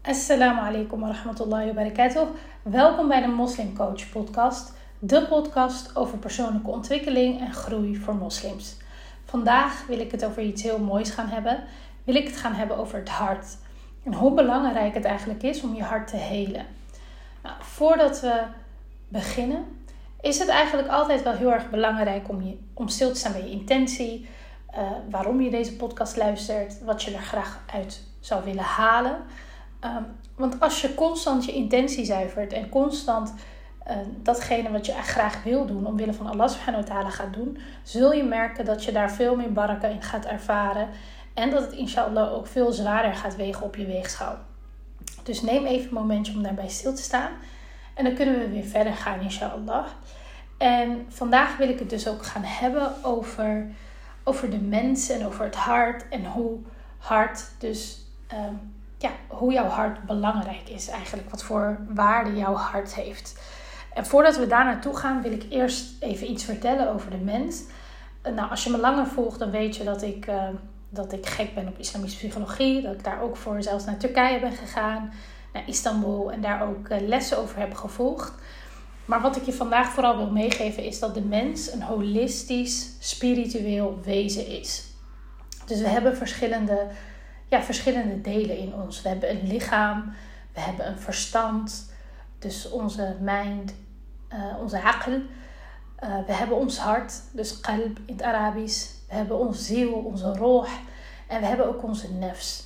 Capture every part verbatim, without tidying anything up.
Assalamu alaikum wa rahmatullahi wa barakatuh. Welkom bij de Moslim Coach podcast. De podcast over persoonlijke ontwikkeling en groei voor moslims. Vandaag wil ik het over iets heel moois gaan hebben. Wil ik het gaan hebben over het hart. En hoe belangrijk het eigenlijk is om je hart te helen. Nou, voordat we beginnen is het eigenlijk altijd wel heel erg belangrijk om, je, om stil te staan bij je intentie. Uh, waarom je deze podcast luistert. Wat je er graag uit zou willen halen. Um, want als je constant je intentie zuivert en constant uh, datgene wat je echt graag wil doen, omwille van Allah subhanahu wa ta'ala gaat doen, zul je merken dat je daar veel meer baraka in gaat ervaren en dat het inshallah ook veel zwaarder gaat wegen op je weegschaal. Dus neem even een momentje om daarbij stil te staan en dan kunnen we weer verder gaan inshallah. En vandaag wil ik het dus ook gaan hebben over, over de mens en over het hart en hoe hart dus... Um, Ja, hoe jouw hart belangrijk is eigenlijk. Wat voor waarde jouw hart heeft. En voordat we daar naartoe gaan wil ik eerst even iets vertellen over de mens. Nou, als je me langer volgt dan weet je dat ik, uh, dat ik gek ben op islamische psychologie. Dat ik daar ook voor zelfs naar Turkije ben gegaan. Naar Istanbul en daar ook uh, lessen over heb gevolgd. Maar wat ik je vandaag vooral wil meegeven is dat de mens een holistisch, spiritueel wezen is. Dus we hebben verschillende... Ja, verschillende delen in ons. We hebben een lichaam, we hebben een verstand, dus onze mind, uh, onze aql. Uh, we hebben ons hart, dus qalb in het Arabisch. We hebben onze ziel, onze roh en we hebben ook onze nefs.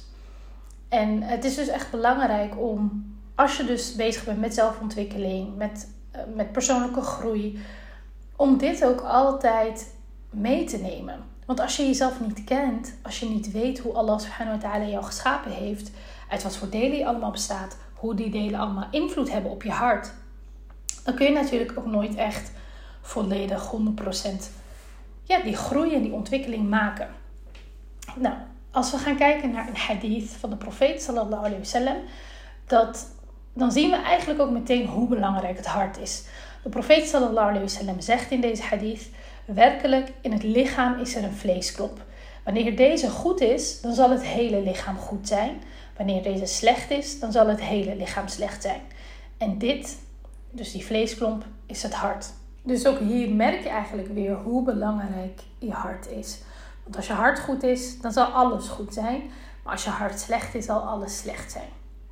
En het is dus echt belangrijk om, als je dus bezig bent met zelfontwikkeling, met, uh, met persoonlijke groei, om dit ook altijd mee te nemen. Want als je jezelf niet kent, als je niet weet hoe Allah subhanahu wa ta'ala jou geschapen heeft, uit wat voor delen je allemaal bestaat, hoe die delen allemaal invloed hebben op je hart, dan kun je natuurlijk ook nooit echt volledig honderd procent ja, die groei en die ontwikkeling maken. Nou, als we gaan kijken naar een hadith van de profeet sallallahu alayhi wa sallam, dat, dan zien we eigenlijk ook meteen hoe belangrijk het hart is. De profeet sallallahu alayhi wa sallam zegt in deze hadith: werkelijk, in het lichaam is er een vleesklomp. Wanneer deze goed is, dan zal het hele lichaam goed zijn. Wanneer deze slecht is, dan zal het hele lichaam slecht zijn. En dit, dus die vleesklomp, is het hart. Dus ook hier merk je eigenlijk weer hoe belangrijk je hart is. Want als je hart goed is, dan zal alles goed zijn. Maar als je hart slecht is, zal alles slecht zijn.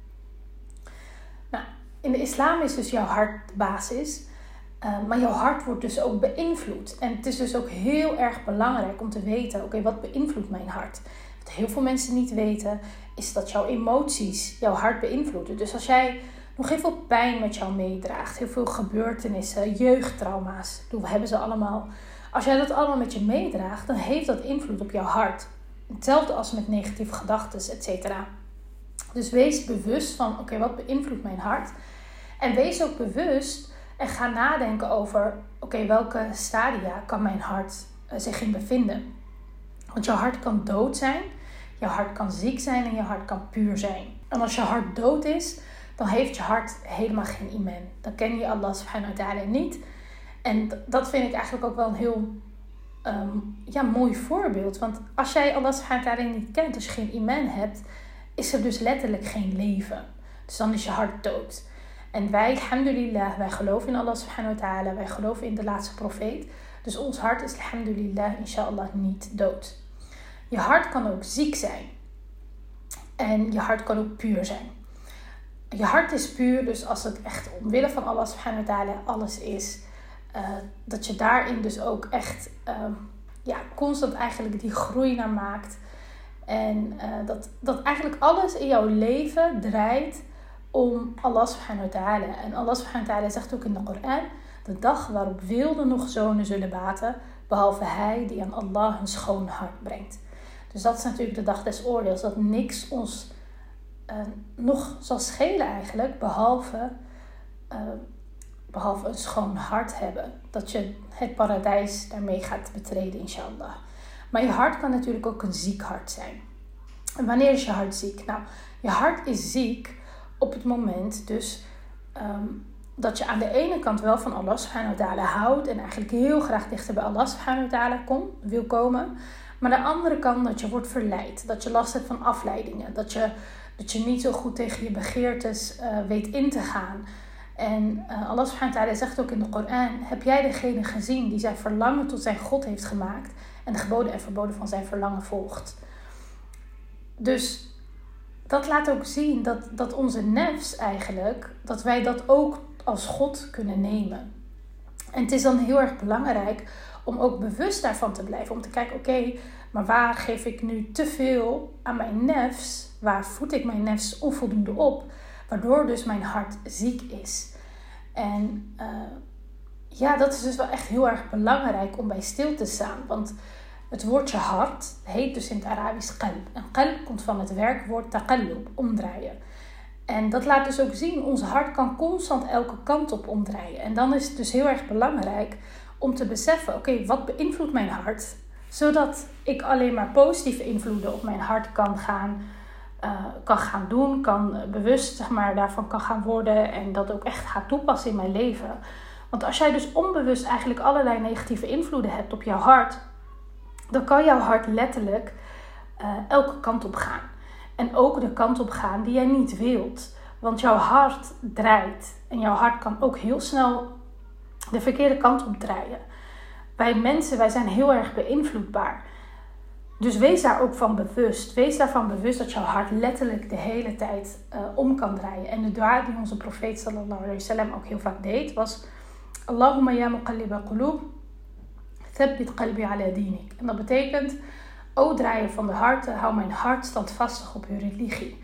Nou, in de islam is dus jouw hart de basis. Uh, maar jouw hart wordt dus ook beïnvloed. En het is dus ook heel erg belangrijk om te weten, oké, okay, wat beïnvloedt mijn hart? Wat heel veel mensen niet weten, is dat jouw emoties jouw hart beïnvloeden. Dus als jij nog heel veel pijn met jou meedraagt, heel veel gebeurtenissen, jeugdtrauma's, we hebben ze allemaal. Als jij dat allemaal met je meedraagt, dan heeft dat invloed op jouw hart. Hetzelfde als met negatieve gedachten, et cetera. Dus wees bewust van, oké, okay, wat beïnvloedt mijn hart? En wees ook bewust... En ga nadenken over, oké, okay, welke stadia kan mijn hart uh, zich in bevinden. Want jouw hart kan dood zijn, jouw hart kan ziek zijn en je hart kan puur zijn. En als je hart dood is, dan heeft je hart helemaal geen iman. Dan ken je Allah subhanahu wa ta'ala niet. En d- dat vind ik eigenlijk ook wel een heel um, ja, mooi voorbeeld. Want als jij Allah subhanahu wa ta'ala niet kent, als je geen iman hebt, is er dus letterlijk geen leven. Dus dan is je hart dood. En wij, alhamdulillah, wij geloven in Allah subhanahu wa ta'ala. Wij geloven in de laatste profeet. Dus ons hart is, alhamdulillah, inshallah, niet dood. Je hart kan ook ziek zijn. En je hart kan ook puur zijn. Je hart is puur, dus als het echt omwille van Allah subhanahu wa ta'ala alles is. Uh, dat je daarin dus ook echt uh, ja, constant eigenlijk die groei naar maakt. En uh, dat, dat eigenlijk alles in jouw leven draait om Allah subhanahu wa ta'ala. En Allah subhanahu wa ta'ala zegt ook in de Koran: de dag waarop wilden nog zonen zullen baten, behalve hij die aan Allah een schoon hart brengt. Dus dat is natuurlijk de dag des oordeels. Dat niks ons uh, nog zal schelen eigenlijk, behalve, uh, behalve een schoon hart hebben. Dat je het paradijs daarmee gaat betreden, inshallah. Maar je hart kan natuurlijk ook een ziek hart zijn. En wanneer is je hart ziek? Nou, je hart is ziek op het moment dus um, dat je aan de ene kant wel van Allah subhanahu wa ta'ala houdt en eigenlijk heel graag dichter bij Allah subhanahu wa ta'ala kom, wil komen. Maar aan de andere kant dat je wordt verleid, dat je last hebt van afleidingen, dat je Dat je niet zo goed tegen je begeertes uh, weet in te gaan. En uh, Allah subhanahu wa ta'ala zegt ook in de Koran: heb jij degene gezien die zijn verlangen tot zijn God heeft gemaakt en de geboden en verboden van zijn verlangen volgt? Dus dat laat ook zien dat, dat onze nefs eigenlijk, dat wij dat ook als God kunnen nemen. En het is dan heel erg belangrijk om ook bewust daarvan te blijven. Om te kijken, oké, okay, maar waar geef ik nu te veel aan mijn nefs? Waar voed ik mijn nefs onvoldoende op? Waardoor dus mijn hart ziek is. En uh, ja, dat is dus wel echt heel erg belangrijk om bij stil te staan. Want het woordje hart heet dus in het Arabisch qalb. En qalb komt van het werkwoord taqallub, omdraaien. En dat laat dus ook zien, ons hart kan constant elke kant op omdraaien. En dan is het dus heel erg belangrijk om te beseffen, oké, okay, wat beïnvloedt mijn hart? Zodat ik alleen maar positieve invloeden op mijn hart kan gaan, uh, kan gaan doen, kan bewust zeg maar, daarvan kan gaan worden en dat ook echt gaat toepassen in mijn leven. Want als jij dus onbewust eigenlijk allerlei negatieve invloeden hebt op jouw hart, dan kan jouw hart letterlijk uh, elke kant op gaan. En ook de kant op gaan die jij niet wilt. Want jouw hart draait. En jouw hart kan ook heel snel de verkeerde kant op draaien. Wij mensen, wij zijn heel erg beïnvloedbaar. Dus wees daar ook van bewust. Wees daarvan bewust dat jouw hart letterlijk de hele tijd uh, om kan draaien. En de dua die onze profeet sallallahu alayhi wa sallam ook heel vaak deed was: Allahumma ya muqallib qulub, thabbit qalbi ala dinik. En dat betekent: O draaier van de harten, hou mijn hart standvastig op uw religie.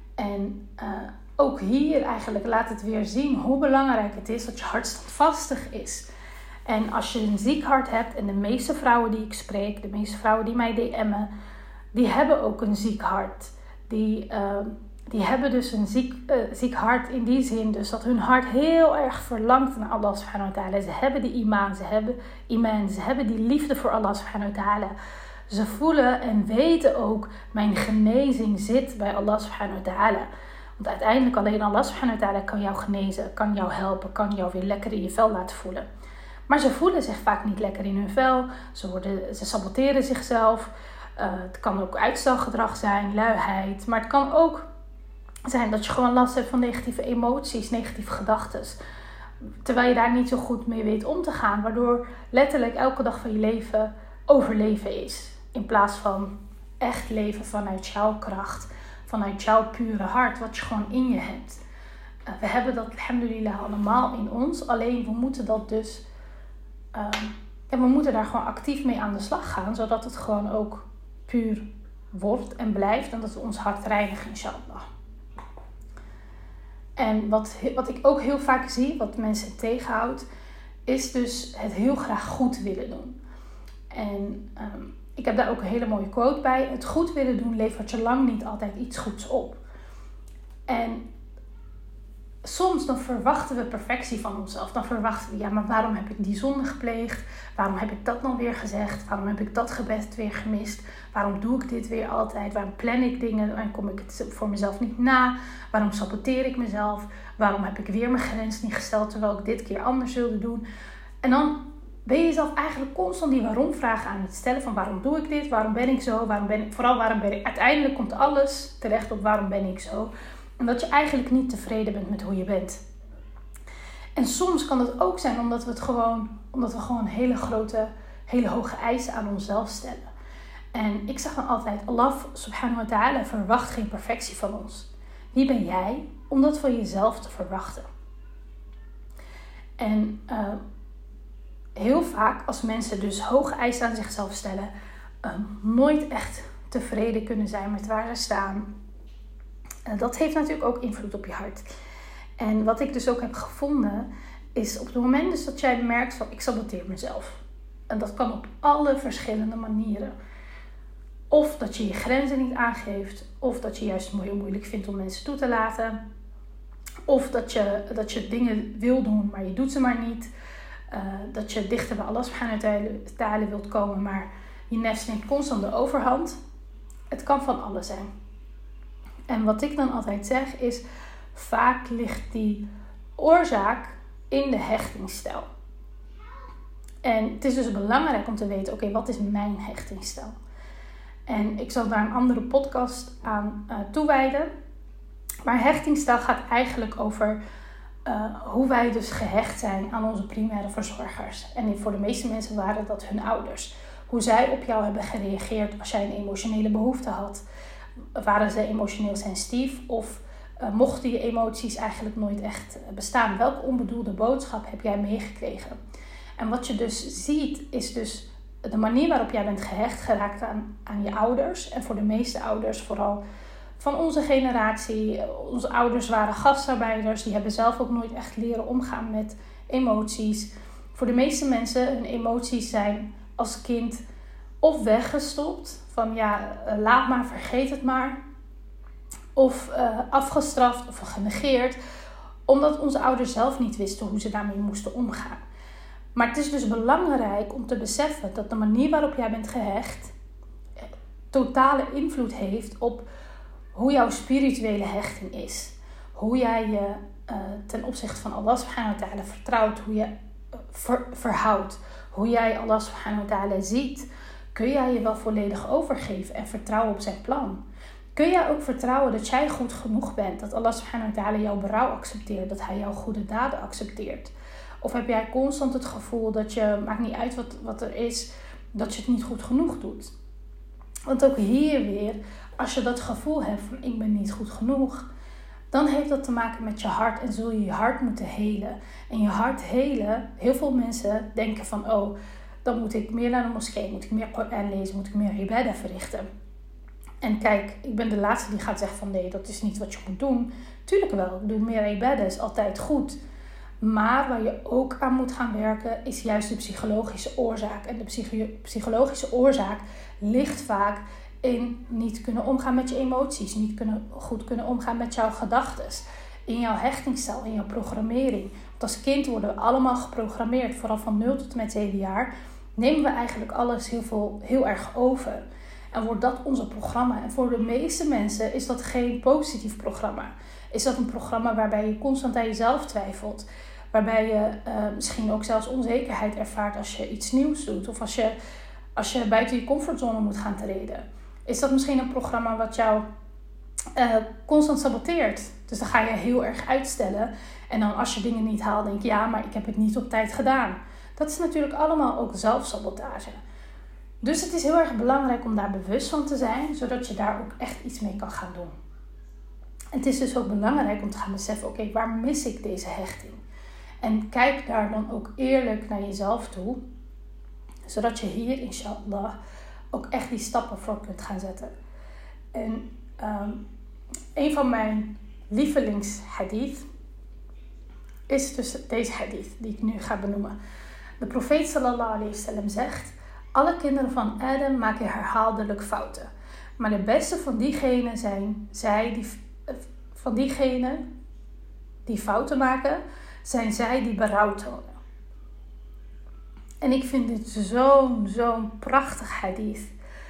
En uh, ook hier eigenlijk laat het weer zien hoe belangrijk het is dat je hart standvastig is. En als je een ziek hart hebt, en de meeste vrouwen die ik spreek, de meeste vrouwen die mij D M'en, die hebben ook een ziek hart. Die, uh, die hebben dus een ziek, uh, ziek hart in die zin dus dat hun hart heel erg verlangt naar Allah subhanahu wa ta'ala. Ze hebben die iman, ze hebben iman, ze hebben die liefde voor Allah subhanahu wa ta'ala. Ze voelen en weten ook, mijn genezing zit bij Allah subhanahu wa ta'ala. Want uiteindelijk alleen Allah subhanahu wa ta'ala kan jou genezen, kan jou helpen, kan jou weer lekker in je vel laten voelen. Maar ze voelen zich vaak niet lekker in hun vel. Ze, worden, ze saboteren zichzelf. Uh, het kan ook uitstelgedrag zijn, luiheid. Maar het kan ook zijn dat je gewoon last hebt van negatieve emoties, negatieve gedachten. Terwijl je daar niet zo goed mee weet om te gaan. Waardoor letterlijk elke dag van je leven overleven is. In plaats van echt leven vanuit jouw kracht. Vanuit jouw pure hart. Wat je gewoon in je hebt. Uh, we hebben dat alhamdulillah allemaal in ons. Alleen we moeten dat dus... Uh, en we moeten daar gewoon actief mee aan de slag gaan. Zodat het gewoon ook puur wordt en blijft. En dat we ons hart reinigen inshallah. En wat, wat ik ook heel vaak zie. Wat mensen tegenhoudt. Is dus het heel graag goed willen doen. En um, ik heb daar ook een hele mooie quote bij. Het goed willen doen levert je lang niet altijd iets goeds op. En soms dan verwachten we perfectie van onszelf. Dan verwachten we, ja, maar waarom heb ik die zonde gepleegd? Waarom heb ik dat dan weer gezegd? Waarom heb ik dat gebed weer gemist? Waarom doe ik dit weer altijd? Waarom plan ik dingen en kom ik het voor mezelf niet na? Waarom saboteer ik mezelf? Waarom heb ik weer mijn grens niet gesteld terwijl ik dit keer anders wilde doen? En dan ben je jezelf eigenlijk constant die waarom vragen aan het stellen van waarom doe ik dit? Waarom ben ik zo? Waarom ben ik, vooral waarom ben ik... Uiteindelijk komt alles terecht op waarom ben ik zo? En dat je eigenlijk niet tevreden bent met hoe je bent. En soms kan het ook zijn omdat we het gewoon, omdat we gewoon hele grote, hele hoge eisen aan onszelf stellen. En ik zeg dan altijd, Allah subhanahu wa ta'ala verwacht geen perfectie van ons. Wie ben jij om dat van jezelf te verwachten? En uh, heel vaak als mensen dus hoge eisen aan zichzelf stellen, uh, nooit echt tevreden kunnen zijn met waar ze staan. Uh, dat heeft natuurlijk ook invloed op je hart. En wat ik dus ook heb gevonden is op het moment dus dat jij merkt van ik saboteer mezelf. En dat kan op alle verschillende manieren. Of dat je je grenzen niet aangeeft. Of dat je juist heel moeilijk vindt om mensen toe te laten. Of dat je, dat je dingen wil doen, maar je doet ze maar niet. Uh, dat je dichter bij Allah subhanahu wa ta'ala wilt komen, maar je nefs neemt constant de overhand. Het kan van alles zijn. En wat ik dan altijd zeg is, vaak ligt die oorzaak in de hechtingsstijl. En het is dus belangrijk om te weten, oké, okay, wat is mijn hechtingsstijl? En ik zal daar een andere podcast aan uh, toewijden. Maar hechtingsstijl gaat eigenlijk over uh, hoe wij dus gehecht zijn aan onze primaire verzorgers. En voor de meeste mensen waren dat hun ouders. Hoe zij op jou hebben gereageerd als jij een emotionele behoefte had. Waren ze emotioneel sensitief of uh, mochten je emoties eigenlijk nooit echt bestaan? Welke onbedoelde boodschap heb jij meegekregen? En wat je dus ziet is dus de manier waarop jij bent gehecht geraakt aan, aan je ouders. En voor de meeste ouders, vooral van onze generatie, onze ouders waren gastarbeiders. Die hebben zelf ook nooit echt leren omgaan met emoties. Voor de meeste mensen, hun emoties zijn als kind of weggestopt. Van ja, laat maar, vergeet het maar. Of uh, afgestraft of genegeerd. Omdat onze ouders zelf niet wisten hoe ze daarmee moesten omgaan. Maar het is dus belangrijk om te beseffen dat de manier waarop jij bent gehecht totale invloed heeft op hoe jouw spirituele hechting is. Hoe jij je uh, ten opzichte van Allah subhanahu wa ta'ala vertrouwt. Hoe je uh, ver, verhoudt. Hoe jij Allah subhanahu wa ta'ala ziet. Kun jij je wel volledig overgeven en vertrouwen op zijn plan? Kun jij ook vertrouwen dat jij goed genoeg bent? Dat Allah subhanahu wa ta'ala jouw berouw accepteert. Dat hij jouw goede daden accepteert. Of heb jij constant het gevoel dat je, maakt niet uit wat, wat er is, dat je het niet goed genoeg doet? Want ook hier weer, als je dat gevoel hebt van ik ben niet goed genoeg, dan heeft dat te maken met je hart en zul je je hart moeten helen. En je hart helen, heel veel mensen denken van oh, dan moet ik meer naar de moskee, moet ik meer Koran lezen, moet ik meer ibadah verrichten. En kijk, ik ben de laatste die gaat zeggen van nee, dat is niet wat je moet doen. Tuurlijk wel, ik bedoel, meer ibadah is altijd goed. Maar waar je ook aan moet gaan werken is juist de psychologische oorzaak. En de psycho- psychologische oorzaak ligt vaak in niet kunnen omgaan met je emoties. Niet kunnen, goed kunnen omgaan met jouw gedachten. In jouw hechtingsstijl, in jouw programmering. Want als kind worden we allemaal geprogrammeerd. Vooral van nul tot en met zeven jaar nemen we eigenlijk alles heel, veel, heel erg over. En wordt dat onze programma. En voor de meeste mensen is dat geen positief programma. Is dat een programma waarbij je constant aan jezelf twijfelt. Waarbij je uh, misschien ook zelfs onzekerheid ervaart als je iets nieuws doet. Of als je, als je buiten je comfortzone moet gaan treden. Is dat misschien een programma wat jou uh, constant saboteert. Dus dan ga je heel erg uitstellen. En dan als je dingen niet haalt, denk je ja, maar ik heb het niet op tijd gedaan. Dat is natuurlijk allemaal ook zelfsabotage. Dus het is heel erg belangrijk om daar bewust van te zijn. Zodat je daar ook echt iets mee kan gaan doen. Het is dus ook belangrijk om te gaan beseffen, oké, okay, waar mis ik deze hechting? En kijk daar dan ook eerlijk naar jezelf toe. Zodat je hier, inshallah, ook echt die stappen voor kunt gaan zetten. En um, een van mijn lievelingshadith is dus deze hadith die ik nu ga benoemen. De profeet sallallahu alayhi wasallam zegt, alle kinderen van Adam maken herhaaldelijk fouten. Maar de beste van diegenen zijn zij die... Van diegenen die fouten maken, zijn zij die berouw tonen. En ik vind dit zo'n, zo'n prachtig hadith.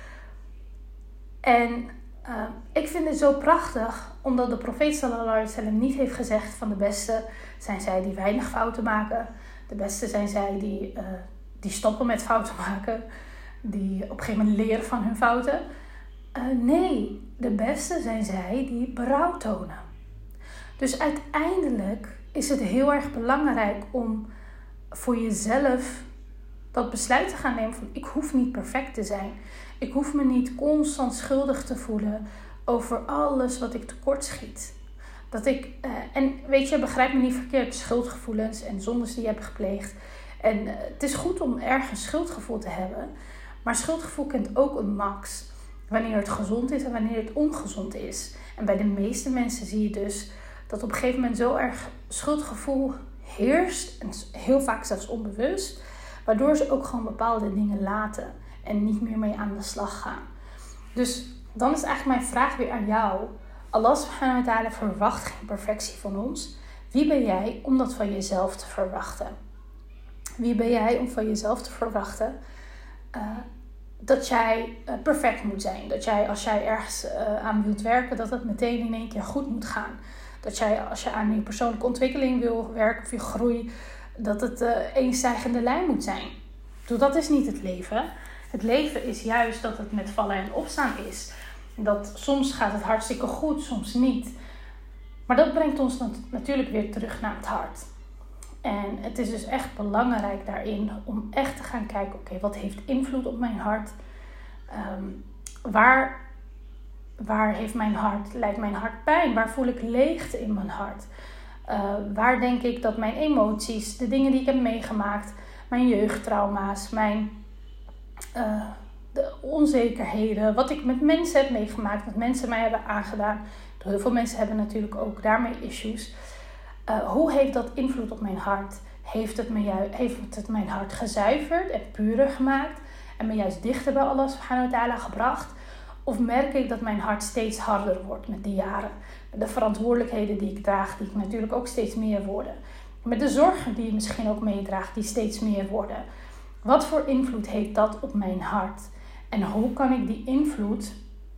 En uh, ik vind dit zo prachtig, omdat de profeet sallallahu alaihi wasallam niet heeft gezegd van de beste zijn zij die weinig fouten maken. De beste zijn zij die, uh, die stoppen met fouten maken. Die op een gegeven moment leren van hun fouten. Uh, nee, de beste zijn zij die berouw tonen. Dus uiteindelijk is het heel erg belangrijk om voor jezelf dat besluit te gaan nemen van ik hoef niet perfect te zijn. Ik hoef me niet constant schuldig te voelen over alles wat ik tekort schiet. Dat ik, uh, en weet je, begrijp me niet verkeerd, schuldgevoelens en zondes die je hebt gepleegd. En uh, het is goed om ergens schuldgevoel te hebben. Maar schuldgevoel kent ook een max. Wanneer het gezond is en wanneer het ongezond is. En bij de meeste mensen zie je dus dat op een gegeven moment zo erg schuldgevoel heerst. En heel vaak zelfs onbewust. Waardoor ze ook gewoon bepaalde dingen laten. En niet meer mee aan de slag gaan. Dus dan is eigenlijk mijn vraag weer aan jou. Allah subhanahu wa ta'ala verwacht geen perfectie van ons. Wie ben jij om dat van jezelf te verwachten? Wie ben jij om van jezelf te verwachten uh, dat jij uh, perfect moet zijn? Dat jij als jij ergens uh, aan wilt werken, dat het meteen in één keer goed moet gaan. Dat jij als je aan je persoonlijke ontwikkeling wil werken of je groei, dat het uh, één stijgende lijn moet zijn. Dus dat is niet het leven. Het leven is juist dat het met vallen en opstaan is. Dat soms gaat het hartstikke goed, soms niet. Maar dat brengt ons nat- natuurlijk weer terug naar het hart. En het is dus echt belangrijk daarin om echt te gaan kijken, oké, okay, wat heeft invloed op mijn hart? Um, waar, waar heeft mijn hart, lijdt mijn hart pijn? Waar voel ik leegte in mijn hart? Uh, waar denk ik dat mijn emoties, de dingen die ik heb meegemaakt, mijn jeugdtrauma's, mijn uh, de onzekerheden, wat ik met mensen heb meegemaakt, wat mensen mij hebben aangedaan. Heel veel mensen hebben natuurlijk ook daarmee issues. Uh, hoe heeft dat invloed op mijn hart? Heeft het, me ju- heeft het mijn hart gezuiverd en purer gemaakt en me juist dichter bij Allah subhanahu wa ta'ala gebracht? Of merk ik dat mijn hart steeds harder wordt met de jaren? Met de verantwoordelijkheden die ik draag, die ik natuurlijk ook steeds meer worden. Met de zorgen die je misschien ook meedraagt, die steeds meer worden. Wat voor invloed heeft dat op mijn hart? En hoe kan ik die invloed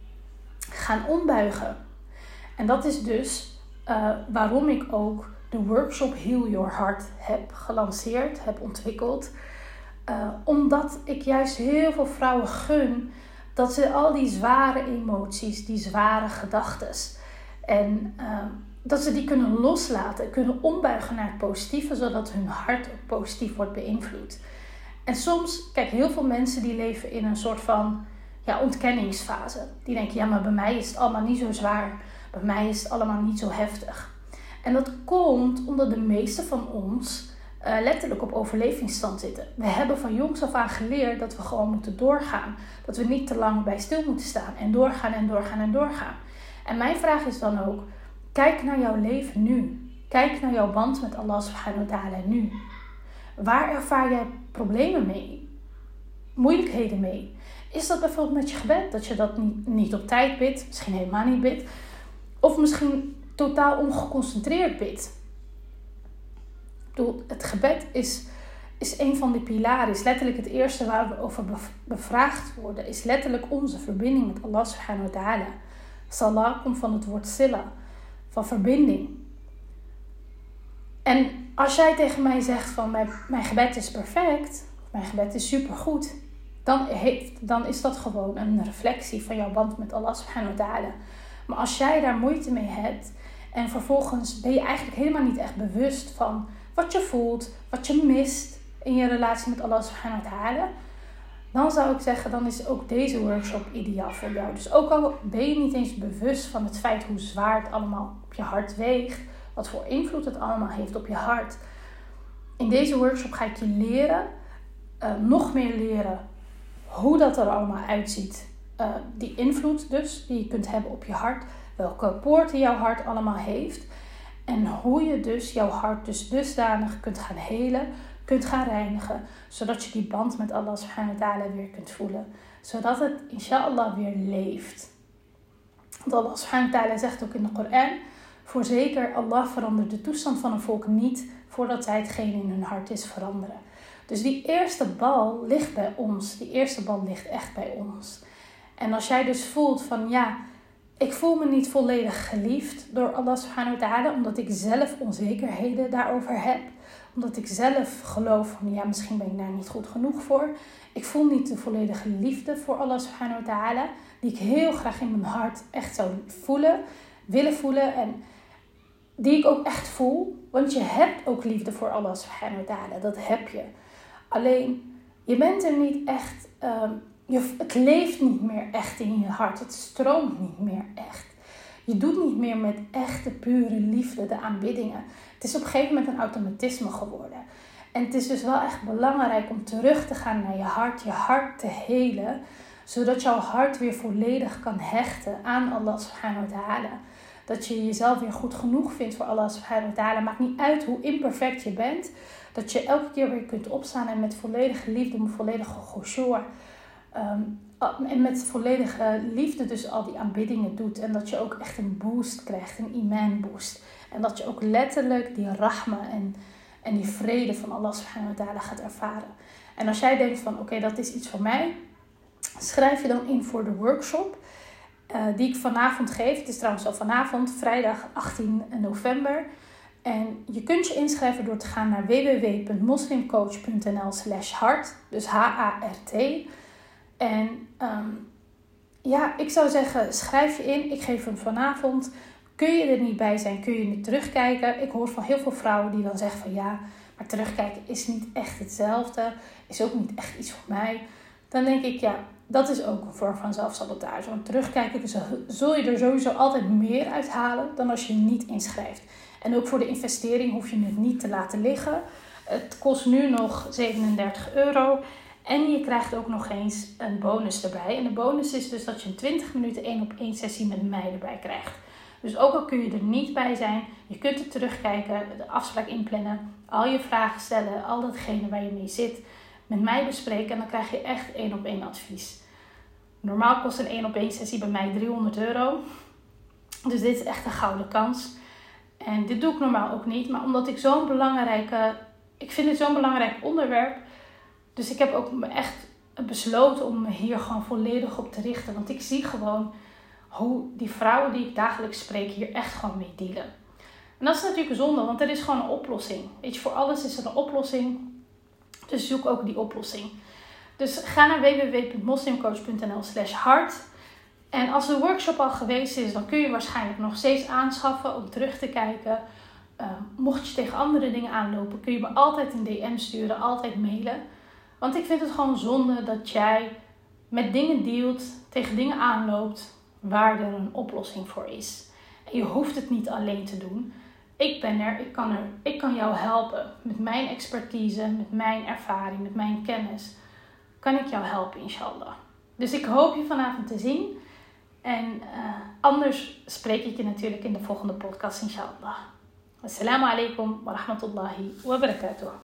gaan ombuigen? En dat is dus uh, waarom ik ook de workshop Heal Your Heart heb gelanceerd, heb ontwikkeld. Uh, omdat ik juist heel veel vrouwen gun dat ze al die zware emoties, die zware gedachtes, en uh, dat ze die kunnen loslaten, kunnen ombuigen naar het positieve, zodat hun hart ook positief wordt beïnvloed. En soms, kijk, heel veel mensen die leven in een soort van ja, ontkenningsfase. Die denken, ja, maar bij mij is het allemaal niet zo zwaar. Bij mij is het allemaal niet zo heftig. En dat komt omdat de meeste van ons uh, letterlijk op overlevingsstand zitten. We hebben van jongs af aan geleerd dat we gewoon moeten doorgaan. Dat we niet te lang bij stil moeten staan. En doorgaan en doorgaan en doorgaan. En mijn vraag is dan ook, kijk naar jouw leven nu. Kijk naar jouw band met Allah subhanahu wa ta'ala nu. Waar ervaar jij problemen mee? Moeilijkheden mee? Is dat bijvoorbeeld met je gebed? Dat je dat niet, niet op tijd bidt? Misschien helemaal niet bidt? Of misschien totaal ongeconcentreerd bidt? Ik bedoel, het gebed is, is een van de pilaren. Is letterlijk het eerste waar we over bevraagd worden. Is letterlijk onze verbinding met Allah subhanahu wa ta'ala. Salah komt van het woord sila. Van verbinding. En als jij tegen mij zegt van mijn, mijn gebed is perfect, mijn gebed is supergoed, dan, heeft, dan is dat gewoon een reflectie van jouw band met Allah subhanahu wa ta'ala. Maar als jij daar moeite mee hebt en vervolgens ben je eigenlijk helemaal niet echt bewust van wat je voelt, wat je mist in je relatie met Allah subhanahu wa ta'ala, dan zou ik zeggen, dan is ook deze workshop ideaal voor jou. Dus ook al ben je niet eens bewust van het feit hoe zwaar het allemaal op je hart weegt, wat voor invloed het allemaal heeft op je hart. In deze workshop ga ik je leren, uh, nog meer leren, hoe dat er allemaal uitziet. Uh, die invloed dus, die je kunt hebben op je hart. Welke poorten jouw hart allemaal heeft. En hoe je dus jouw hart dus dusdanig kunt gaan helen, kunt gaan reinigen. Zodat je die band met Allah subhanahu wa ta'ala weer kunt voelen. Zodat het inshallah weer leeft. Want Allah subhanahu wa ta'ala zegt ook in de Koran, voorzeker, Allah verandert de toestand van een volk niet voordat zij hetgeen in hun hart is veranderen. Dus die eerste bal ligt bij ons. Die eerste bal ligt echt bij ons. En als jij dus voelt van ja, ik voel me niet volledig geliefd door Allah subhanahu wa ta'ala, omdat ik zelf onzekerheden daarover heb. Omdat ik zelf geloof van ja, misschien ben ik daar niet goed genoeg voor. Ik voel niet de volledige liefde voor Allah subhanahu wa ta'ala, die ik heel graag in mijn hart echt zou voelen, willen voelen en die ik ook echt voel. Want je hebt ook liefde voor Allah subhanahu wa ta'ala, dat heb je. Alleen, je bent er niet echt, um, je, het leeft niet meer echt in je hart. Het stroomt niet meer echt. Je doet niet meer met echte, pure liefde de aanbiddingen. Het is op een gegeven moment een automatisme geworden. En het is dus wel echt belangrijk om terug te gaan naar je hart, je hart te helen, zodat jouw hart weer volledig kan hechten aan Allah subhanahu wa ta'ala. Dat je jezelf weer goed genoeg vindt voor Allah subhanahu wa ta'ala. Maakt niet uit hoe imperfect je bent. Dat je elke keer weer kunt opstaan en met volledige liefde, met volledige khushu' um, en met volledige liefde dus al die aanbiddingen doet. En dat je ook echt een boost krijgt, een iman boost. En dat je ook letterlijk die rahma en, en die vrede van Allah subhanahu wa ta'ala gaat ervaren. En als jij denkt van oké, okay, dat is iets voor mij, schrijf je dan in voor de workshop uh, die ik vanavond geef. Het is trouwens al vanavond, vrijdag achttien november. En je kunt je inschrijven door te gaan naar w w w punt moslimcoach punt n l slash hart. Dus H A R T. En um, ja, ik zou zeggen, schrijf je in. Ik geef hem vanavond. Kun je er niet bij zijn, kun je niet terugkijken. Ik hoor van heel veel vrouwen die dan zeggen van ja, maar terugkijken is niet echt hetzelfde. Is ook niet echt iets voor mij. Dan denk ik ja, dat is ook een vorm van zelfsabotage. Want terugkijken zul je er sowieso altijd meer uithalen dan als je je niet inschrijft. En ook voor de investering hoef je het niet te laten liggen. Het kost nu nog zevenendertig euro. En je krijgt ook nog eens een bonus erbij. En de bonus is dus dat je een twintig minuten één op één sessie met mij erbij krijgt. Dus ook al kun je er niet bij zijn, je kunt er terugkijken, de afspraak inplannen, al je vragen stellen, al datgene waar je mee zit, met mij bespreken en dan krijg je echt één op één advies. Normaal kost een één op één sessie bij mij driehonderd euro. Dus dit is echt een gouden kans. En dit doe ik normaal ook niet, maar omdat ik zo'n belangrijke, ik vind het zo'n belangrijk onderwerp. Dus ik heb ook echt besloten om me hier gewoon volledig op te richten. Want ik zie gewoon hoe die vrouwen die ik dagelijks spreek hier echt gewoon mee dealen. En dat is natuurlijk zonde, want er is gewoon een oplossing. Weet je, voor alles is er een oplossing. Dus zoek ook die oplossing. Dus ga naar w w w punt moslimcoach punt n l slash hart. En als de workshop al geweest is, dan kun je waarschijnlijk nog steeds aanschaffen om terug te kijken. Uh, mocht je tegen andere dingen aanlopen, kun je me altijd een D M sturen, altijd mailen. Want ik vind het gewoon zonde dat jij met dingen dealt, tegen dingen aanloopt waar er een oplossing voor is. En je hoeft het niet alleen te doen. Ik ben er, ik kan er, ik kan jou helpen. Met mijn expertise, met mijn ervaring, met mijn kennis. Kan ik jou helpen, inshallah. Dus ik hoop je vanavond te zien. En uh, anders spreek ik je natuurlijk in de volgende podcast, inshallah. Assalamu alaikum wa rahmatullahi wa barakatuh.